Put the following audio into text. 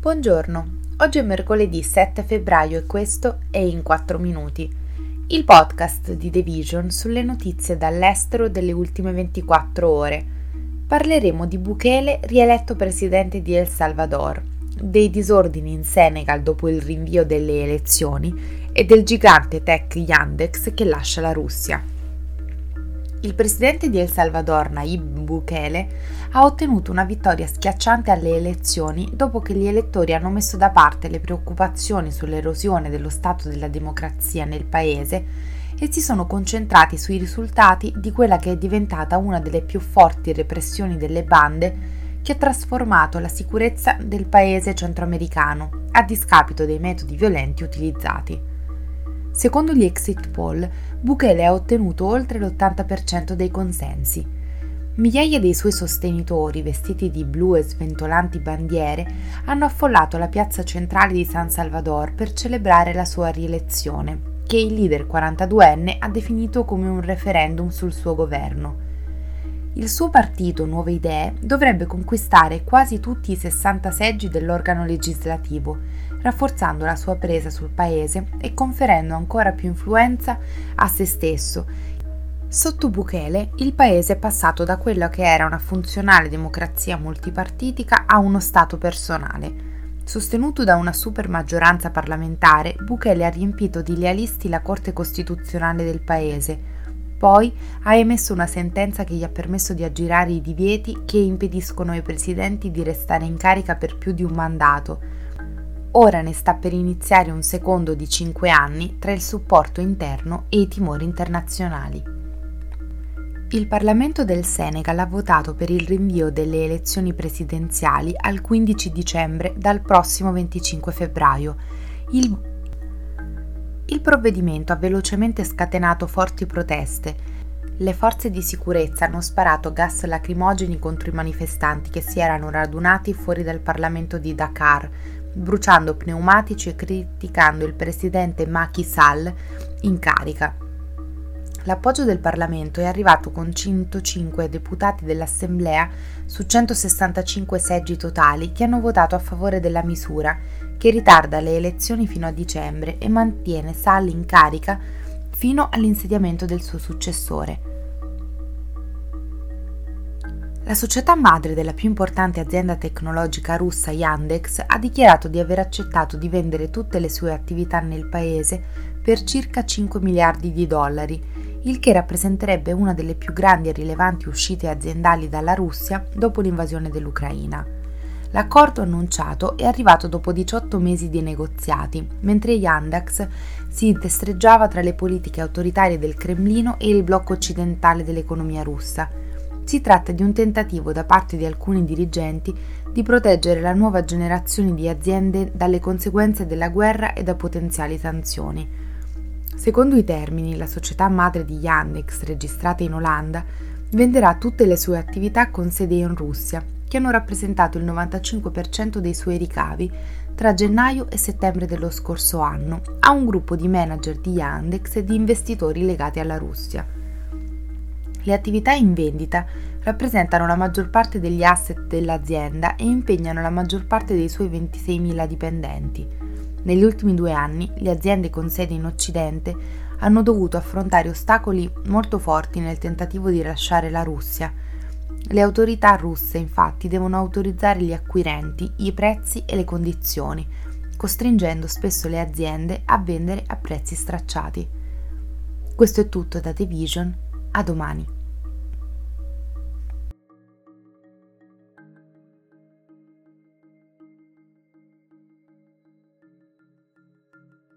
Buongiorno, oggi è mercoledì 7 febbraio e questo è In 4 Minuti, il podcast di The Vision sulle notizie dall'estero delle ultime 24 ore. Parleremo di Bukele rieletto presidente di El Salvador, dei disordini in Senegal dopo il rinvio delle elezioni e del gigante tech Yandex che lascia la Russia. Il presidente di El Salvador, Nayib Bukele, ha ottenuto una vittoria schiacciante alle elezioni dopo che gli elettori hanno messo da parte le preoccupazioni sull'erosione dello stato della democrazia nel paese e si sono concentrati sui risultati di quella che è diventata una delle più forti repressioni delle bande che ha trasformato la sicurezza del paese centroamericano a discapito dei metodi violenti utilizzati. Secondo gli exit poll, Bukele ha ottenuto oltre l'80% dei consensi. Migliaia dei suoi sostenitori, vestiti di blu e sventolanti bandiere, hanno affollato la piazza centrale di San Salvador per celebrare la sua rielezione, che il leader 42enne ha definito come un referendum sul suo governo. Il suo partito Nuove Idee dovrebbe conquistare quasi tutti i 60 seggi dell'organo legislativo, rafforzando la sua presa sul paese e conferendo ancora più influenza a se stesso. Sotto Bukele, il paese è passato da quella che era una funzionale democrazia multipartitica a uno stato personale. Sostenuto da una super maggioranza parlamentare, Bukele ha riempito di lealisti la Corte Costituzionale del paese. Poi ha emesso una sentenza che gli ha permesso di aggirare i divieti che impediscono ai presidenti di restare in carica per più di un mandato. Ora ne sta per iniziare un secondo di 5 anni tra il supporto interno e i timori internazionali. Il Parlamento del Senegal ha votato per il rinvio delle elezioni presidenziali al 15 dicembre dal prossimo 25 febbraio. Il provvedimento ha velocemente scatenato forti proteste. Le forze di sicurezza hanno sparato gas lacrimogeni contro i manifestanti che si erano radunati fuori dal Parlamento di Dakar, bruciando pneumatici e criticando il presidente Macky Sall in carica. L'appoggio del Parlamento è arrivato con 105 deputati dell'Assemblea su 165 seggi totali che hanno votato a favore della misura, che ritarda le elezioni fino a dicembre e mantiene Sall in carica fino all'insediamento del suo successore. La società madre della più importante azienda tecnologica russa Yandex ha dichiarato di aver accettato di vendere tutte le sue attività nel paese per circa 5 miliardi di dollari, il che rappresenterebbe una delle più grandi e rilevanti uscite aziendali dalla Russia dopo l'invasione dell'Ucraina. L'accordo annunciato è arrivato dopo 18 mesi di negoziati, mentre Yandex si destreggiava tra le politiche autoritarie del Cremlino e il blocco occidentale dell'economia russa. Si tratta di un tentativo da parte di alcuni dirigenti di proteggere la nuova generazione di aziende dalle conseguenze della guerra e da potenziali sanzioni. Secondo i termini, la società madre di Yandex, registrata in Olanda, venderà tutte le sue attività con sede in Russia, che hanno rappresentato il 95% dei suoi ricavi tra gennaio e settembre dello scorso anno, a un gruppo di manager di Yandex e di investitori legati alla Russia. Le attività in vendita rappresentano la maggior parte degli asset dell'azienda e impegnano la maggior parte dei suoi 26.000 dipendenti. Negli ultimi 2 anni, le aziende con sede in Occidente hanno dovuto affrontare ostacoli molto forti nel tentativo di lasciare la Russia. Le autorità russe, infatti, devono autorizzare gli acquirenti, i prezzi e le condizioni, costringendo spesso le aziende a vendere a prezzi stracciati. Questo è tutto da The Vision, a domani.